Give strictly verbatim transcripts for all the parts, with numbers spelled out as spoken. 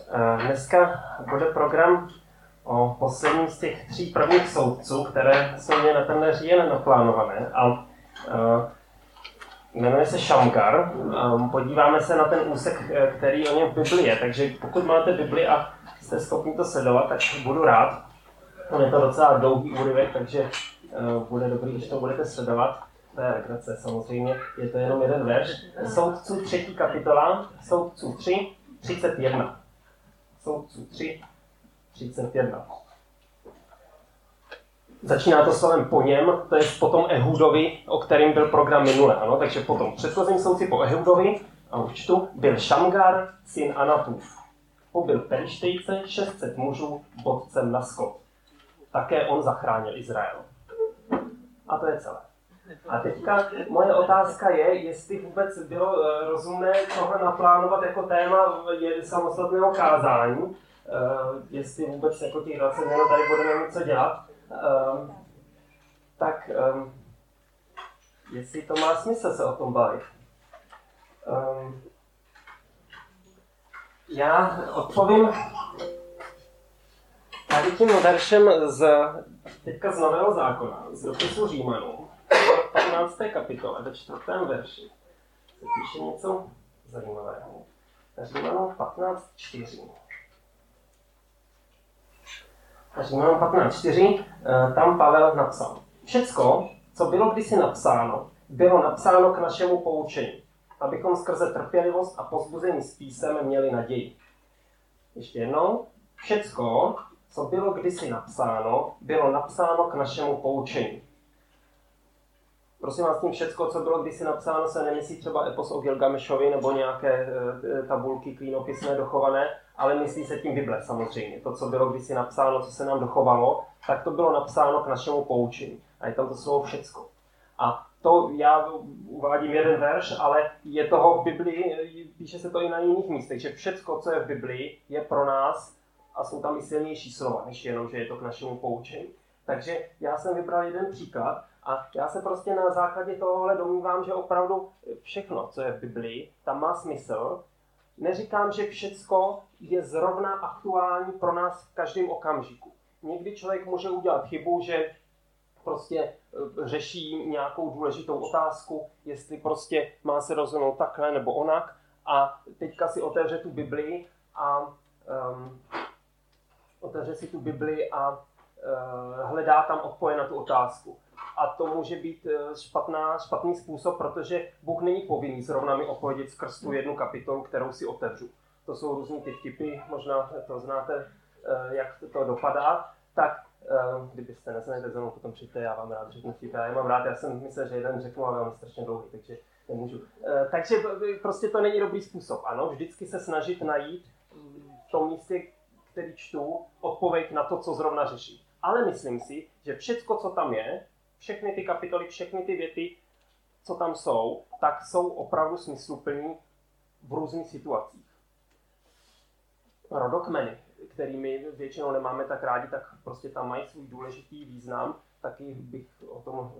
Dneska bude program o posledním z těch tří prvních soudců, které jsme měli na tenhle říjen naplánované. A uh, jmenuje se Šamgar. Um, podíváme se na ten úsek, který o něm v Bibli je. Takže pokud máte Bibli a jste schopni to sledovat, tak budu rád. Je to docela dlouhý úryvek, takže uh, bude dobrý, když to budete sledovat. To je legrace, samozřejmě. Je to jenom jeden verš. Soudců třetí kapitola, Soudců tři, třicet jedna. Soudců tři, třicet jedna. Začíná to slovem po něm, to je potom Ehudovi, o kterém byl program minule. Ano? Takže potom předchozím soudci po Ehudovi, a už čtu, byl Šamgar, syn Anatův. Pobyl Perištejce, šest set mužů, bodcem na skot. Také on zachránil Izrael. A to je celé. A teďka moje otázka je, jestli vůbec bylo rozumné tohle naplánovat jako téma samostatného kázání, jestli vůbec jako těch dvacet minut tady budeme něco dělat, tak jestli to má smysl se o tom bavit. Já odpovím tady tím veršem z, teďka z Nového zákona, z dopisu Římanů, v patnácté kapitole, ve čtvrtém verši, se píše něco zajímavého. Římanům patnáct čtyři. Římanům patnáct čtyři, tam Pavel napsal. Všecko, co bylo kdysi napsáno, bylo napsáno k našemu poučení, abychom skrze trpělivost a povzbuzení s písem měli naději. Ještě jednou. Všecko, co bylo kdysi napsáno, bylo napsáno k našemu poučení. Prosím vás, tím všecko, co bylo kdysi napsáno, se nemyslí třeba epos o Gilgamešovi nebo nějaké e, tabulky klínopisné dochované, ale myslí se tím Bible samozřejmě. To, co bylo kdysi napsáno, co se nám dochovalo, tak to bylo napsáno k našemu poučení. A je tam to slovo všecko. A to já uvádím jeden verš, ale je toho v Biblii, píše se to i na jiných místech, že všecko, co je v Biblii, je pro nás, a jsou tam i silnější slova, než jenom, že je to k našemu poučení. Takže já jsem vybral jeden příklad a já se prostě na základě tohohle domnívám, že opravdu všechno, co je v Biblii, tam má smysl. Neříkám, že všecko je zrovna aktuální pro nás v každém okamžiku. Někdy člověk může udělat chybu, že prostě řeší nějakou důležitou otázku, jestli prostě má se rozhodnout takhle nebo onak a teďka si otevře tu Biblii a um, otevře si tu Biblii a uh, hledá tam odpověď na tu otázku. A to může být špatná, špatný způsob, protože Bůh není povinný zrovna mi odpovědět skrz tu jednu kapitolu, kterou si otevřu. To jsou různý ty vtipy, možná to znáte, jak to dopadá. Tak kdybyste neznali, tak za mnou potom přijďte, já vám rád řeknu vtipy. Já je mám rád, já jsem myslel, že jeden řeknu, ale on je strašně dlouhý, takže nemůžu. Takže prostě to není dobrý způsob. Ano, vždycky se snažit najít v tom místě, který čtu, odpověď na to, co zrovna řeší. Ale myslím si, že všecko, co tam je, všechny ty kapitoly, všechny ty věty, co tam jsou, tak jsou opravdu smysluplní v různých situacích. Rodokmeny, kterými většinou nemáme tak rádi, tak prostě tam mají svůj důležitý význam, taky bych o tom...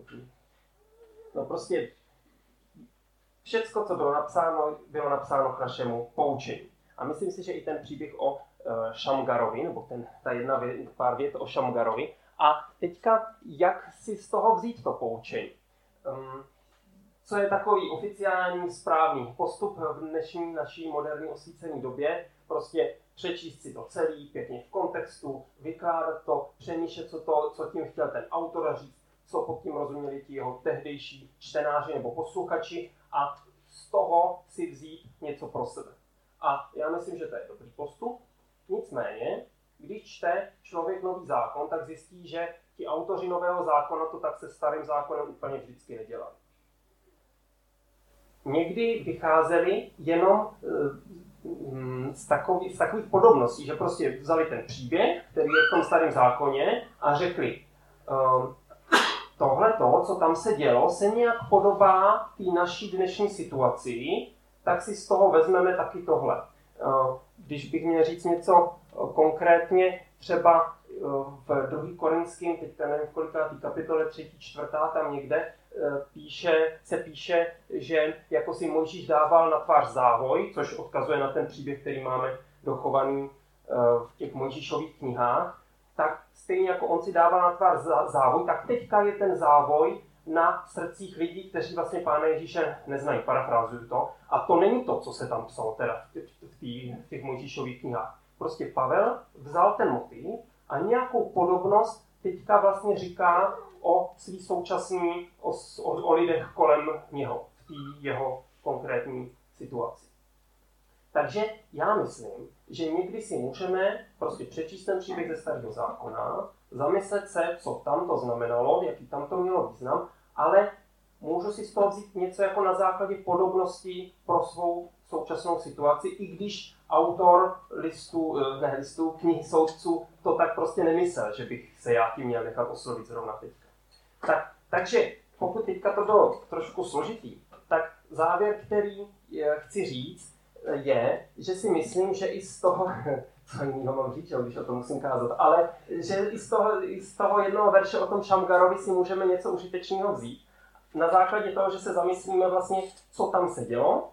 No prostě všecko, co bylo napsáno, bylo napsáno k našemu poučení. A myslím si, že i ten příběh o uh, Šamgarovi, nebo ten, ta jedna věc, pár vět o Šamgarovi. A teďka, jak si z toho vzít to poučení? Um, co je takový oficiální, správný postup v dnešní naší moderní osvícené době? Prostě přečíst si to celý, pěkně v kontextu, vykládat to, přemýšlet, co, to, co tím chtěl ten autor říct, co pod tím rozuměli ti jeho tehdejší čtenáři nebo posluchači a z toho si vzít něco pro sebe. A já myslím, že to je dobrý postup. Nicméně, když čte člověk nový zákon, tak zjistí, že ti autoři nového zákona to tak se starým zákonem úplně vždycky nedělali. Někdy vycházeli jenom z takových, z takových podobností, že prostě vzali ten příběh, který je v tom starém zákoně a řekli, um, tohle to, co tam se dělo, se nějak podobá té naší dnešní situaci, tak si z toho vezmeme taky tohle. Když bych měl říct něco konkrétně, třeba v druhém Korinským, teďka nevím v kolikátý kapitole, třetí, čtvrtá, tam někde, píše, se píše, že jako si Mojžíš dával na tvář závoj, což odkazuje na ten příběh, který máme dochovaný v těch Mojžíšových knihách, tak stejně jako on si dával na tvář závoj, tak teďka je ten závoj na srdcích lidí, kteří vlastně Pána Ježíše neznají, parafrázuju to. A to není to, co se tam psalo teda v, tý, v těch Mojžíšových knihách. Prostě Pavel vzal ten motiv a nějakou podobnost teďka vlastně říká o svý současný, o, o, o lidech kolem něho, v té jeho konkrétní situaci. Takže já myslím, že někdy si můžeme prostě přečíst ten příběh ze Starého zákona, zamyslet se, co tam to znamenalo, jaký tam to mělo význam, ale můžu si z toho vzít něco jako na základě podobností pro svou současnou situaci, i když autor listu, ne listu, knih soudců to tak prostě nemyslel, že bych se já tím měl nechat oslovit zrovna teďka. Tak, takže pokud teďka to bylo trošku složitý, tak závěr, který chci říct, je, že si myslím, že i z toho, co jiného mám říct, když o tom musím kázat, ale že i z toho, i z toho jednoho verše o tom Šamgarovi si můžeme něco užitečného vzít. Na základě toho, že se zamyslíme vlastně, co tam se dělo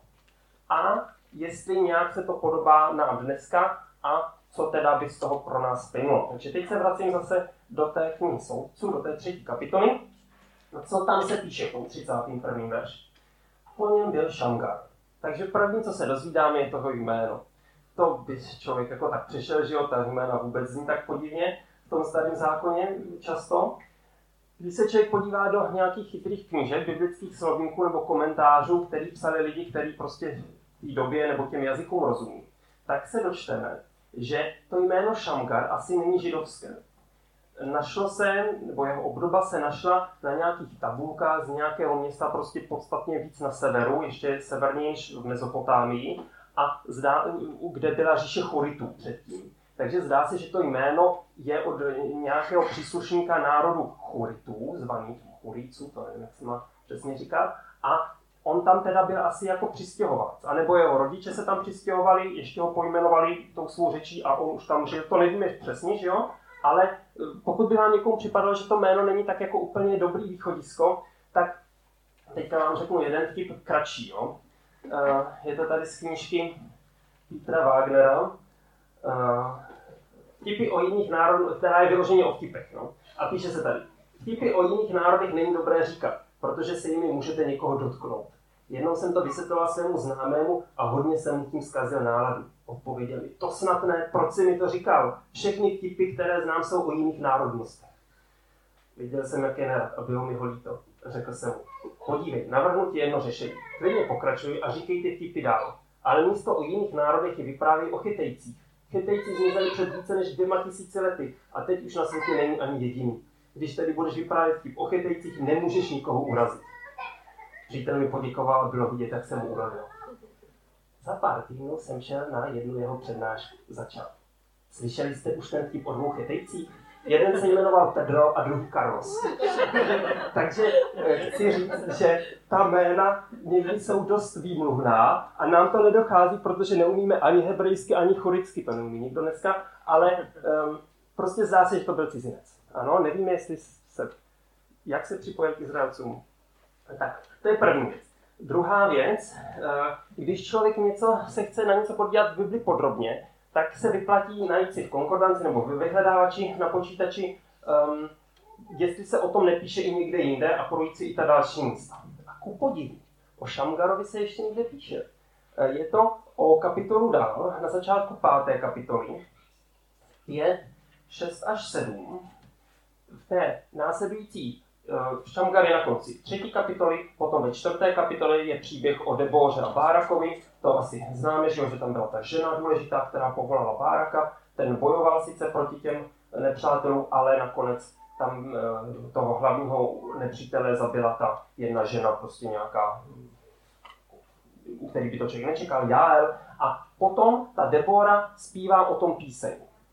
a jestli nějak se to podobá nám dneska a co teda by z toho pro nás plynulo. Takže teď se vracím zase do té knihy soudců, do té třetí kapitoly. Co tam se píše v tom třicátém prvním verši? Po něm byl Šamgar. Takže první, co se dozvídáme, je toho jméno. To by člověk jako tak přišel, že jo, ta jména vůbec zní tak podivně v tom Starém zákoně často. Když se člověk podívá do nějakých chytrých knížek, biblických slovníků nebo komentářů, který psali lidi, kteří prostě v té době nebo těm jazykům rozumí, tak se dočteme, že to jméno Šamgar asi není židovské. Našlo se, nebo jeho obdoba se našla na nějakých tabulkách z nějakého města prostě podstatně víc na severu, ještě severnější v Mezopotámii, a zdá, kde byla říše Churitů předtím. Takže zdá se, že to jméno je od nějakého příslušníka národu Churitů, zvaných Churíců, to nevím, jak se má přesně říkat, a on tam teda byl asi jako přistěhovalec, anebo jeho rodiče se tam přistěhovali, ještě ho pojmenovali tou svou řečí a on už tam žil, to nevíme přesně, že jo? Ale pokud by vám někomu připadalo, že to jméno není tak jako úplně dobrý východisko, tak teďka vám řeknu jeden vtip kratší. Jo? Je to tady z knížky Petra Wagnera. Vtipy o jiných národech, která je vyloženě o vtipech. No? A píše se tady. Vtipy o jiných národech není dobré říkat, protože se jimi můžete někoho dotknout. Jednou jsem to vysvětloval svému známému a hodně jsem mu tím zkazil náladu. Odpověděl mi, to snad ne, proč jsi mi to říkal? Všechny vtipy, které znám, jsou o jiných národnostech. Viděl jsem, jak je nerad a bylo mi ho líto. Řekl jsem mu, podívej, navrhnu ti jedno řešení. Klidně pokračuj a říkej ty vtipy dál. Ale místo o jiných národech je vyprávěj o Chytejcích. Chytejci zmizeli před více než dvěma tisíci lety a teď už na světě není ani jediný. Když tedy budeš vyprávět vtip o Chytejcích, nemůžeš nikoho urazit. Přítel mi poděkoval a bylo vidět, jak jsem mu urazil. Za pár týdnů jsem šel na jednu jeho přednášku. Začal. Slyšeli jste už ten vtip o dvou Chytejcích? Jeden se jmenoval Pedro a druhý Carlos. Takže chci říct, že ta jména někdy jsou dost výmluvná a nám to nedochází, protože neumíme ani hebrejsky, ani choricky, to neumí nikdo dneska, ale um, prostě zdá se, že to byl cizinec. Ano, nevíme, jestli se, jak se připojil k Izraelcům. Tak, to je první věc. Druhá věc, když člověk něco, se chce na něco podívat v Bibli podrobně, tak se vyplatí najít si v konkordanci nebo v vyhledávači na počítači, um, jestli se o tom nepíše i někde jinde a projít si i ta další místa. A ku podivu, o Šamgarovi se ještě někde píše. Je to o kapitolu dál, na začátku páté kapitoly, je šest až sedm. V té následující Šamgar je na konci třetí kapitoly, potom ve čtvrté kapitole je příběh o Debóře a Bárakovi. To asi známe, že, že tam byla ta žena důležitá, která povolala Báraka. Ten bojoval sice proti těm nepřátelům, ale nakonec tam toho hlavního nepřítele zabila ta jedna žena, prostě nějaká, u který by to člověk nečekal, Jael. A potom ta Debora zpívá o tom píseň.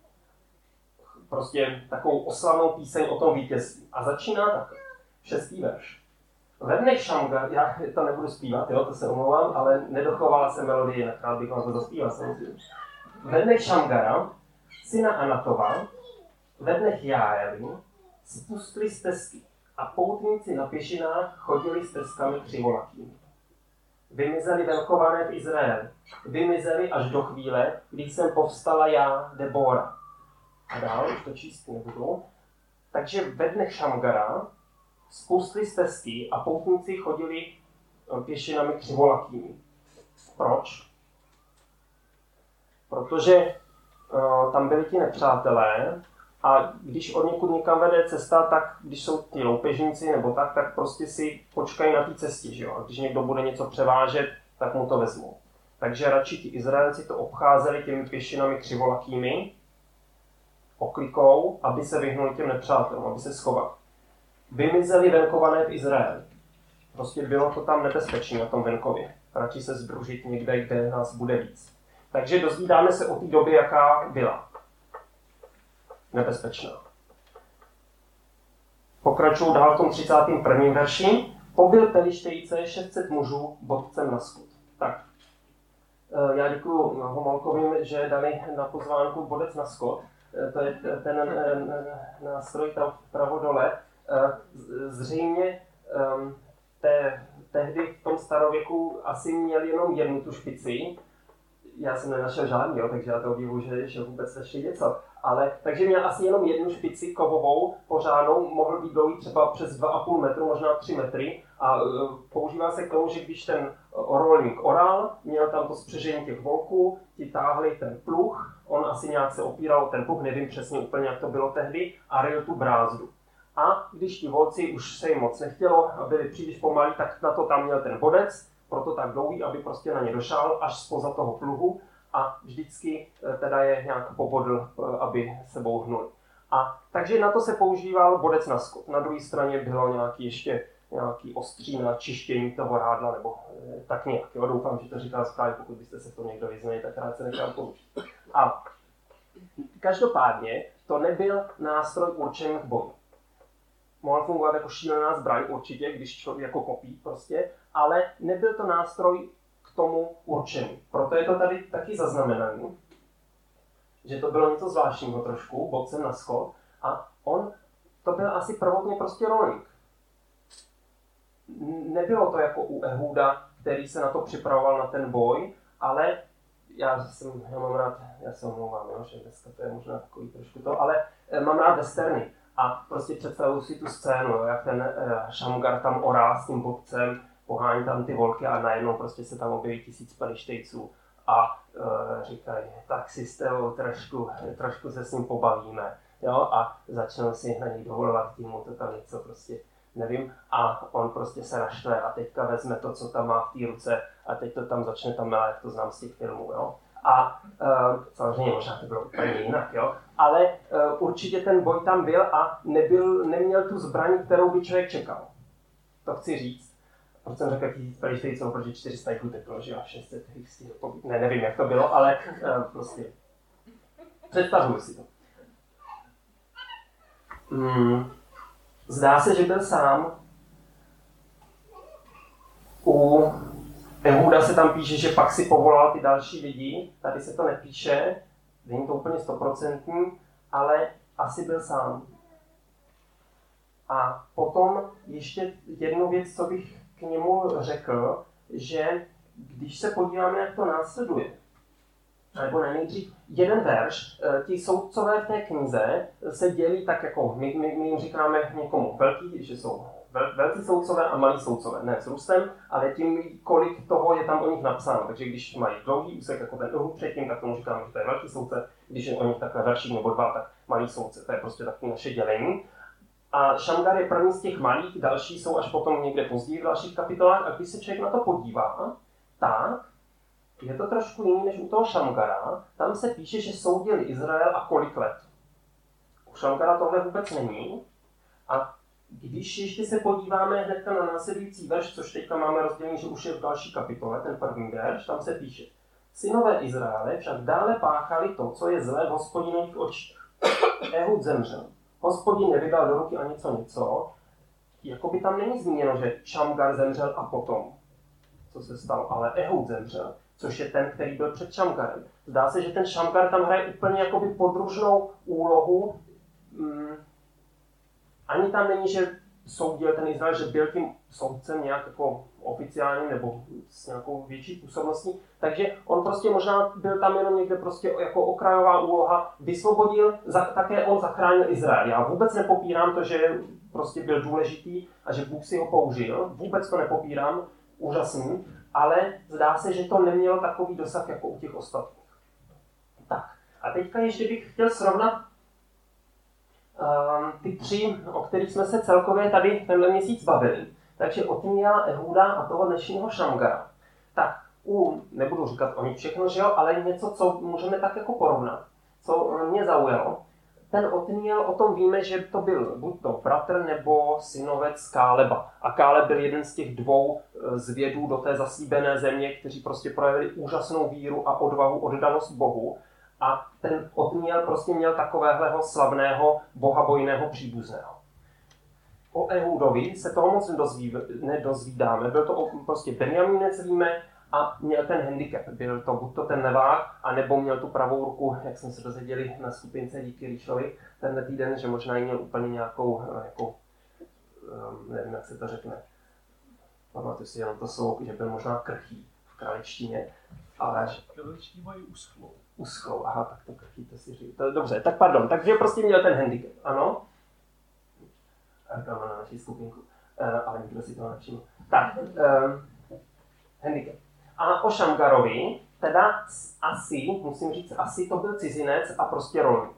Prostě takovou oslavnou píseň o tom vítězství. A začíná tak. Šestý verš. Ve dnech Šamgar, já to nebudu zpívat, jo, to se omlouvám, ale nedochovala se melodie, nechrát bych vám to zaspíval samozřejmě. Ve dnech Šamgara, syna Anatova, ve dnech Jaeli, spustli stezky a a poutníci na pěšinách chodili stezkami křivolakými. Vymizeli venkované v Izraeli. Vymizeli až do chvíle, kdy jsem povstala já, Debora. A dál, už to číst nebudu. Takže ve dnech Šamgara spustli stezky a poutníci chodili pěšinami křivolakými. Proč? Protože uh, tam byli ti nepřátelé a když od někud někam vede cesta, tak když jsou ti loupežníci nebo tak, tak prostě si počkají na té cestě, že jo? A když někdo bude něco převážet, tak mu to vezmou. Takže radši ti Izraelci to obcházeli těmi pěšinami křivolakými, oklikou, aby se vyhnuli těm nepřátelům, aby se schovali. Vymizeli venkované v Izraeli. Prostě bylo to tam nebezpečné na tom venkově. Radši se združit někde, kde nás bude víc. Takže dozvídáme se o té době, jaká byla. Nebezpečná. Pokračuju dál v tom třicátém prvním verši. Pobyl Pelištejce šest set mužů bodcem na skut. Tak. Já děkuju Homolkovým, že dali na pozvánku bodec na skot. To je ten nástroj tam vpravo dole. Zřejmě te, tehdy v tom starověku asi měl jenom jednu tu špici. Já jsem nenašel žádný, jo, takže já to obdivuju, že, že vůbec našli něco. Ale, takže měl asi jenom jednu špici kovovou, pořádnou, mohl být dlouhý třeba přes dva a půl metru, možná tři metry. A uh, používá se k tomu, že když ten rolník oral, měl tam to spřežení těch volků, ti táhli ten pluh, on asi nějak se opíral ten pluh, nevím přesně úplně, jak to bylo tehdy, a ryl tu brázdu. A když ti volci už se jim moc nechtělo a byli příliš pomalí, tak na to tam měl ten bodec, proto tak dlouhý, aby prostě na ně došel až spoza toho pluhu a vždycky teda je nějak pobodl, aby se bouhnul. A takže na to se používal bodec na skot. Na druhé straně bylo nějaký ještě nějaký ostří na čištění toho rádla, nebo tak nějak. Jo, doufám, že to říká správně, pokud byste se v tom někdo vyznali, tak rád se nechám použít. A každopádně to nebyl nástroj určený k boji. Mohl fungovat jako šílená zbraň určitě, když člověk jako kopí prostě, ale nebyl to nástroj k tomu určený. Proto je to tady taky zaznamenaný, že to bylo něco zvláštního trošku, bodcem na skot, a on, to byl asi prvotně prostě rolník. Nebylo to jako u Ehúda, který se na to připravoval na ten boj, ale já jsem, já mám rád, já se omlouvám, jo, že dneska to je možná takový trošku to, ale mám rád westerny. A prostě představuju si tu scénu, jo, jak ten uh, Šamgar tam orá s tím bodcem, pohání tam ty volky a najednou prostě se tam objeví tisíc Pelištejců a uh, říkají, tak si s tebou trošku, trošku se s ním pobavíme, jo, a začnou si na něj dovolovat, tím to tam něco prostě, nevím, a on prostě se naštve a teďka vezme to, co tam má v té ruce a teď to tam začne tam melé, jak to znám z těch filmů, jo. A uh, samozřejmě možná to bylo úplně jinak, jo, ale uh, určitě ten boj tam byl a nebyl, neměl tu zbraň, kterou by člověk čekal. To chci říct. Proč jsem řekl tisíc Pelištejců, protože čtyři sta jich uteklo, že jo, šest set jich stihl pobít. Ne, nevím, jak to bylo, ale uh, prostě představuju si to. Hmm. Zdá se, že byl sám. U Ehúda se tam píše, že pak si povolal ty další lidi, tady se to nepíše, není to úplně stoprocentní, ale asi byl sám. A potom ještě jednu věc, co bych k němu řekl, že když se podíváme, jak to následuje, nebo ne, nejdřív jeden verš, ti soudcové v té knize se dělí tak jako, my, my, my jim říkáme někomu velký, že jsou vel, velcí soudcové a malí soudcové, ne s růstem, ale tím, kolik toho je tam o nich napsáno. Takže když mají dlouhý úsek jako ten Ehúd předtím, tak tomu říkáme, že to je velký soudce, když je o nich takhle veršík nebo dva, tak malý soudce, to je prostě takové naše dělení. A Šamgar je první z těch malých, další jsou až potom někde později v dalších kapitolách, a když se člověk na to podívá, tak je to trošku jiný než u toho Šamgara. Tam se píše, že soudili Izrael a kolik let. U Šamgara tohle vůbec není. A když ještě se podíváme hnedka na následující verš, což teďka máme rozdělení, že už je v další kapitole, ten první verš, tam se píše: Synové Izraele však dále páchali to, co je zlé v Hospodinových očích. Ehúd zemřel. Hospodin nevydal do ruky a něco něco. Jakoby tam není zmíněno, že Šamgar zemřel a potom, co se stalo, ale Ehúd zemřel, což je ten, který byl před Šamgarem. Zdá se, že ten Šamgar tam hraje úplně jakoby podružnou úlohu. Hmm. Ani tam není, že soudil ten Izrael, že byl tím soudcem nějak jako oficiálním nebo s nějakou větší působností. Takže on prostě možná byl tam jenom někde prostě jako okrajová úloha, vysvobodil, za, také on zachránil Izrael. Já vůbec nepopírám to, že prostě byl důležitý a že Bůh si ho použil, vůbec to nepopírám, úžasný, ale zdá se, že to nemělo takový dosah jako u těch ostatních. Tak, a teďka ještě bych chtěl srovnat um, ty tři, o kterých jsme se celkově tady tenhle měsíc bavili. Takže Otniela, Ehúda a toho dnešního Šamgara. Tak, u, nebudu říkat o nich všechno, že jo, ale něco, co můžeme tak jako porovnat, co mě zaujalo. Ten Otniel, o tom víme, že to byl buď to bratr nebo synovec Káleba. A Káleb byl jeden z těch dvou zvědů do té zaslíbené země, kteří prostě projevili úžasnou víru a odvahu, oddanost Bohu. A ten Otniel prostě měl takového slavného bohabojného příbuzného. O Ehúdovi se toho moc nedozví, nedozvídáme. Byl to prostě Benjamínec, víme, a měl ten handicap. Byl to buď to ten levák, anebo měl tu pravou ruku, jak jsme se dozvěděli na skupince díky Ríšovi tenhle týden, že možná jí měl úplně nějakou, jako, nevím, jak se to řekne. Pamatuju si jenom to slovo, že byl možná krchý v králičtině. Ale králičtí mají uschlou. Uschlou, aha, tak to krchý, to si říct. Dobře, tak pardon, takže prostě měl ten handicap, ano. Reklama na naší skupinku, uh, ale nikdo si to nevšiml. Tak, um, handicap. A o Šamgarovi, teda asi, musím říct, asi to byl cizinec a prostě rolník.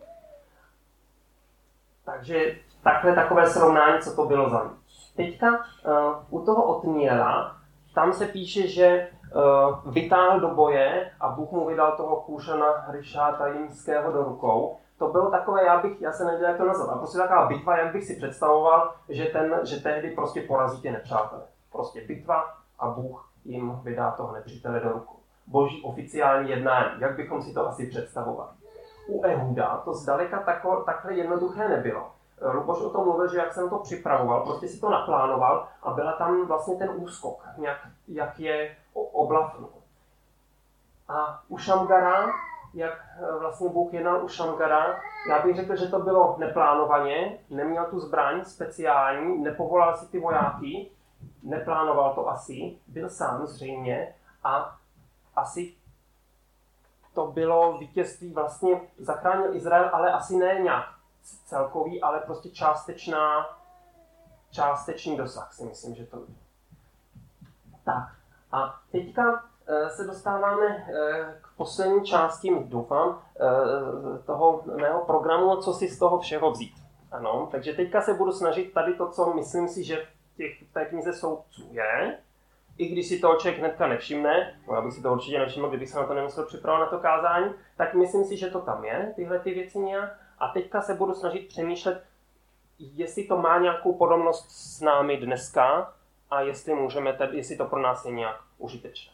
Takže takhle takové srovnání, co to bylo za mě. Teďka uh, u toho Otniela, tam se píše, že uh, vytáhl do boje a Bůh mu vydal toho Kúšana Rišátajimského do rukou. To bylo takové, já bych, já se nevěděl, jak to nazvat, a prostě taková bitva, jak bych si představoval, že, ten, že tehdy prostě porazí ty nepřátelé. Prostě bitva a Bůh jim vydá toho nepřítele do ruku. Boží oficiální jednání, jak bychom si to asi představovali. U Ehúda to zdaleka tako, takhle jednoduché nebylo. Luboš o tom mluvil, že jak jsem to připravoval, prostě si to naplánoval a byla tam vlastně ten úskok, jak, jak je oblafnul. A u Šamgara, jak vlastně Bůh jednal u Šamgara, já bych řekl, že to bylo neplánovaně, neměl tu zbraň speciální, nepovolal si ty vojáky, neplánoval to asi, byl sám zřejmě a asi to bylo vítězství, vlastně zachránil Izrael, ale asi ne nějak celkový, ale prostě částečná, částečný dosah si myslím, že to je. Tak a teďka se dostáváme k poslední části, doufám, toho mého programu, co si z toho všeho vzít. Ano, takže teďka se budu snažit tady to, co myslím si, že v těch, v té knize soudců je, i když si toho člověk hnedka nevšimne, no já bych si to určitě nevšiml, kdybych se na to nemusel připravovat na to kázání, tak myslím si, že to tam je, tyhle ty věci nějak. A teďka se budu snažit přemýšlet, jestli to má nějakou podobnost s námi dneska a jestli můžeme, tady, jestli to pro nás je nějak užitečné.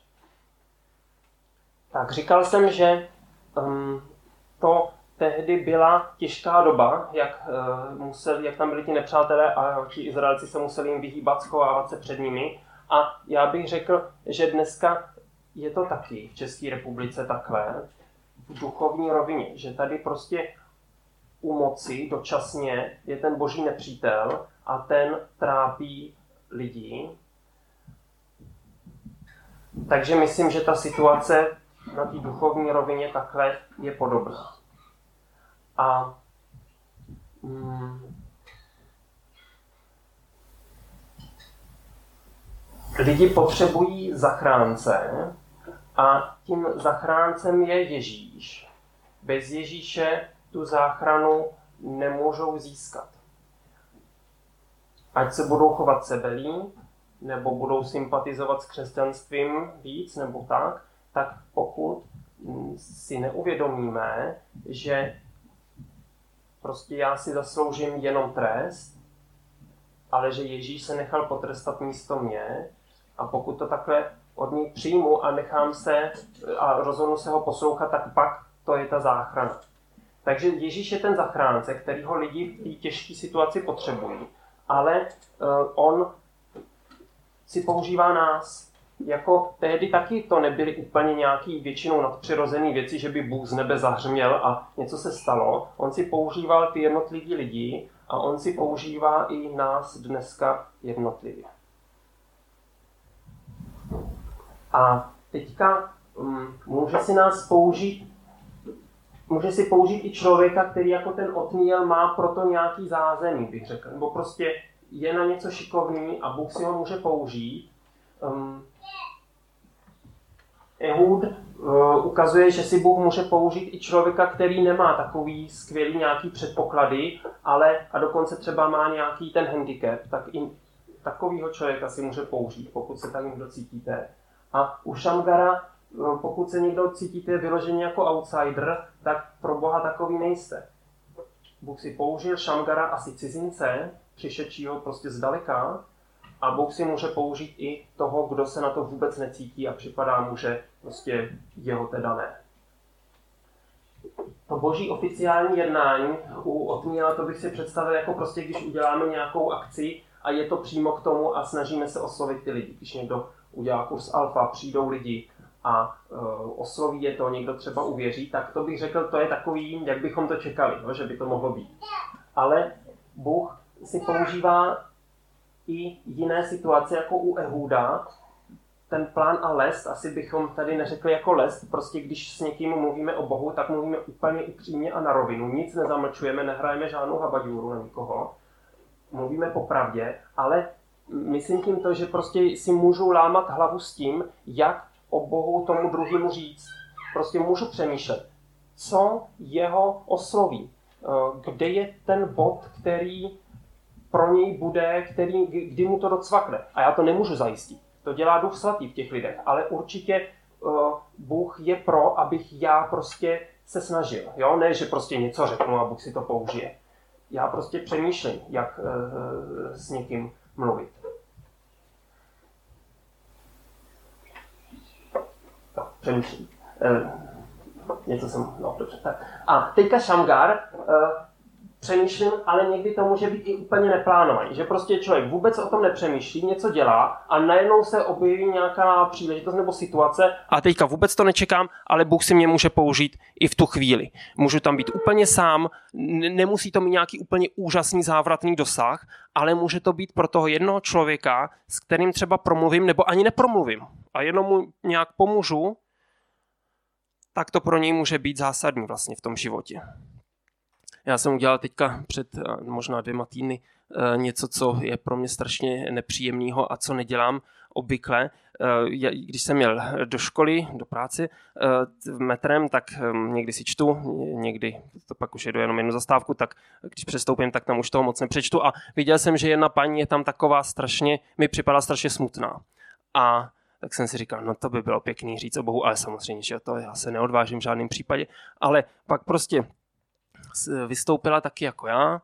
Tak, říkal jsem, že um, to tehdy byla těžká doba, jak, uh, museli, jak tam byli ti nepřátelé a ti Izraelci se museli jim vyhýbat, schovávat se před nimi. A já bych řekl, že dneska je to taky v České republice takhle, v duchovní rovině, že tady prostě u moci dočasně je ten boží nepřítel a ten trápí lidi. Takže myslím, že ta situace na té duchovní rovině takhle je podobná. A mm, lidi potřebují zachránce a tím zachráncem je Ježíš. Bez Ježíše tu záchranu nemůžou získat. Ať se budou chovat sebelí, nebo budou sympatizovat s křesťanstvím víc, nebo tak, tak pokud si neuvědomíme, že prostě já si zasloužím jenom trest, ale že Ježíš se nechal potrestat místo mě, a pokud to takhle od něj přijmu a nechám se a rozhodnu se ho poslouchat, tak pak to je ta záchrana. Takže Ježíš je ten zachránce, kterýho lidi v té těžké situaci potřebují, ale uh, on si používá nás. Jako tehdy taky to nebyly úplně nějaký většinou nadpřirozený věci, že by Bůh z nebe zahřměl a něco se stalo. On si používal ty jednotlivý lidi a on si používá i nás dneska jednotlivě. A teďka um, může si nás použít, může si použít i člověka, který jako ten Otniel má proto nějaký zázemí, bych řekl, nebo prostě je na něco šikovný a Bůh si ho může použít. Um, Ehud uh, ukazuje, že si Bůh může použít i člověka, který nemá takový skvělý nějaký předpoklady, ale a dokonce třeba má nějaký ten handicap, tak i takovýho člověka si může použít, pokud se tak někdo cítíte. A u Šamgara, uh, pokud se někdo cítíte vyloženě jako outsider, tak pro Boha takový nejste. Bůh si použil Šamgara, asi cizince, přišedšího prostě zdaleka, a Bůh si může použít i toho, kdo se na to vůbec necítí a připadá mu, že prostě jeho teda ne. To boží oficiální jednání u Otniela, to bych si představil jako prostě, když uděláme nějakou akci a je to přímo k tomu a snažíme se oslovit ty lidi. Když někdo udělá kurz alfa, přijdou lidi a uh, osloví je to, někdo třeba uvěří, tak to bych řekl, to je takový, jak bychom to čekali, no, že by to mohlo být. Ale Bůh si používá i jiné situace, jako u Ehuda. Ten plán a lest, asi bychom tady neřekli jako lest, prostě když s někým mluvíme o Bohu, tak mluvíme úplně upřímně a na rovinu, nic nezamlčujeme, nehrajeme žádnou habaďůru na nikoho, mluvíme popravdě, ale myslím tím to, že prostě si můžu lámat hlavu s tím, jak o Bohu tomu druhému říct. Prostě můžu přemýšlet, co jeho osloví, kde je ten bod, který pro něj bude, který, kdy mu to docvakne. A já to nemůžu zajistit. To dělá Duch Svatý v těch lidech. Ale určitě uh, Bůh je pro, abych já prostě se snažil. Jo? Ne, že prostě něco řeknu a Bůh si to použije. Já prostě přemýšlím, jak uh, s někým mluvit. No, přemýšlím. Uh, něco jsem... No, dobře. Tak. A teďka Šamgar... Uh, přemýšlím, ale někdy to může být i úplně neplánovaný. Že prostě člověk vůbec o tom nepřemýšlí, něco dělá a najednou se objeví nějaká příležitost nebo situace a teďka vůbec to nečekám, ale Bůh si mě může použít i v tu chvíli. Můžu tam být úplně sám, nemusí to mít nějaký úplně úžasný závratný dosah, ale může to být pro toho jednoho člověka, s kterým třeba promluvím nebo ani nepromluvím a jenom mu nějak pomůžu, tak to pro něj může být zásadní vlastně v tom životě. Já jsem udělal teďka před možná dvěma týdny něco, co je pro mě strašně nepříjemného a co nedělám obvykle. Když jsem měl do školy, do práce metrem, tak někdy si čtu, někdy to pak už jedu jenom jednu zastávku, tak když přestoupím, tak tam už toho moc nepřečtu. A viděl jsem, že jedna paní je tam taková strašně, mi připadá strašně smutná. A tak jsem si říkal, no to by bylo pěkný říct o Bohu, ale samozřejmě, že to já se neodvážím v žádném případě. Ale pak prostě vystoupila taky jako já.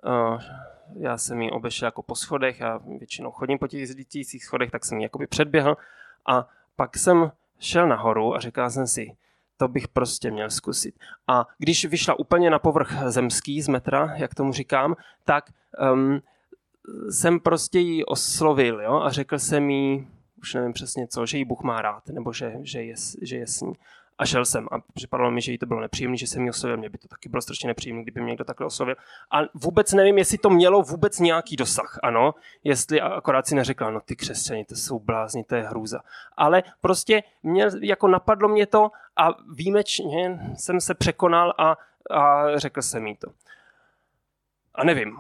Já jsem ji obešel jako po schodech, já většinou chodím po těch jezdících schodech, tak jsem ji jakoby předběhl a pak jsem šel nahoru a říkal jsem si, to bych prostě měl zkusit. A když vyšla úplně na povrch zemský z metra, jak tomu říkám, tak um, jsem prostě ji oslovil, jo, a řekl jsem jí, už nevím přesně co, že ji Bůh má rád, nebo že, že, je, že je s ní. A šel jsem a připadalo mi, že jí to bylo nepříjemné, že jsem ji oslovil. Mně by to taky bylo strašně nepříjemné, kdyby mě někdo takhle oslovil. A vůbec nevím, jestli to mělo vůbec nějaký dosah, ano. Jestli akorát si neřekla, no ty křesťani, to jsou blázni, to je hrůza. Ale prostě mě, jako napadlo mě to a výjimečně jsem se překonal a, a řekl jsem jí to. A nevím.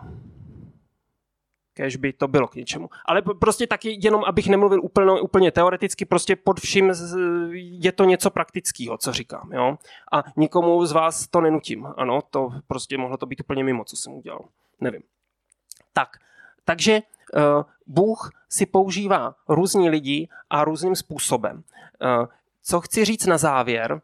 Kéž by to bylo k něčemu. Ale prostě taky jenom, abych nemluvil úplně, úplně teoreticky, prostě pod vším je to něco praktického, co říkám. Jo? A nikomu z vás to nenutím. Ano, to prostě mohlo to být úplně mimo, co jsem udělal. Nevím. Tak, takže uh, Bůh si používá různí lidi a různým způsobem. Uh, co chci říct na závěr,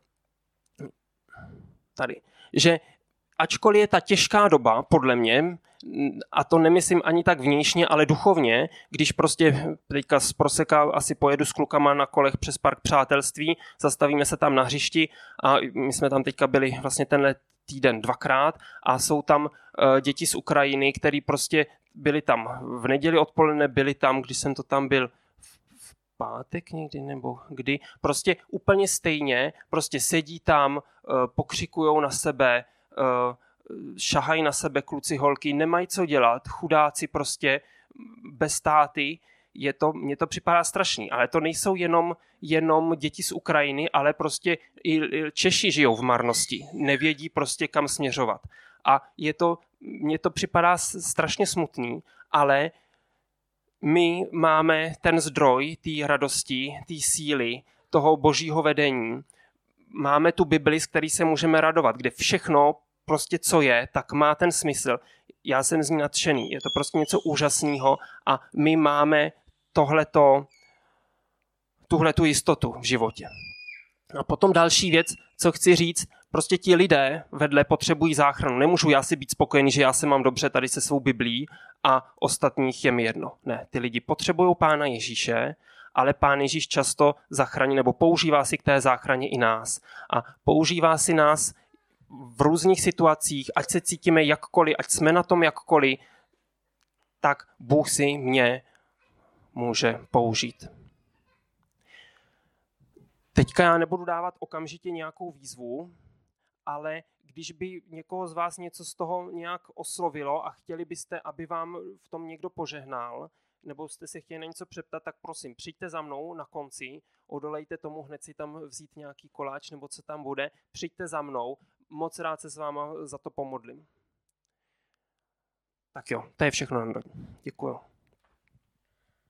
tady, že ačkoliv je ta těžká doba, podle mě, a to nemyslím ani tak vnějšně, ale duchovně, když prostě teďka z Proseka asi pojedu s klukama na kolech přes park Přátelství, zastavíme se tam na hřišti a my jsme tam teďka byli vlastně tenhle týden dvakrát a jsou tam uh, děti z Ukrajiny, který prostě byli tam v neděli odpoledne, byli tam, když jsem to tam byl v pátek někdy nebo kdy, prostě úplně stejně, prostě sedí tam, uh, pokřikujou na sebe, uh, šahají na sebe kluci, holky, nemají co dělat, chudáci prostě, bez táty, je to, mně to připadá strašný, ale to nejsou jenom, jenom děti z Ukrajiny, ale prostě i Češi žijou v marnosti, nevědí prostě kam směřovat. A je to, mně to připadá strašně smutný, ale my máme ten zdroj té radosti, té síly, toho božího vedení. Máme tu Bibli, z který se můžeme radovat, kde všechno, prostě co je, tak má ten smysl. Já jsem z ní nadšený, je to prostě něco úžasného a my máme tohleto, tuhletu jistotu v životě. A potom další věc, co chci říct, prostě ti lidé vedle potřebují záchranu. Nemůžu já si být spokojený, že já se mám dobře tady se svou Biblí a ostatních je mi jedno. Ne, ty lidi potřebují Pána Ježíše, ale Pán Ježíš často zachrání nebo používá si k té záchraně i nás. A používá si nás v různých situacích, ať se cítíme jakkoliv, ať jsme na tom jakkoliv, tak Bůh si mě může použít. Teďka já nebudu dávat okamžitě nějakou výzvu, ale když by někoho z vás něco z toho nějak oslovilo a chtěli byste, aby vám v tom někdo požehnal, nebo jste se chtěli na něco přeptat, tak prosím, přijďte za mnou na konci, odolejte tomu, hned si tam vzít nějaký koláč, nebo co tam bude, přijďte za mnou, moc rád se s váma za to pomodlím. Tak jo, to je všechno. Děkuju.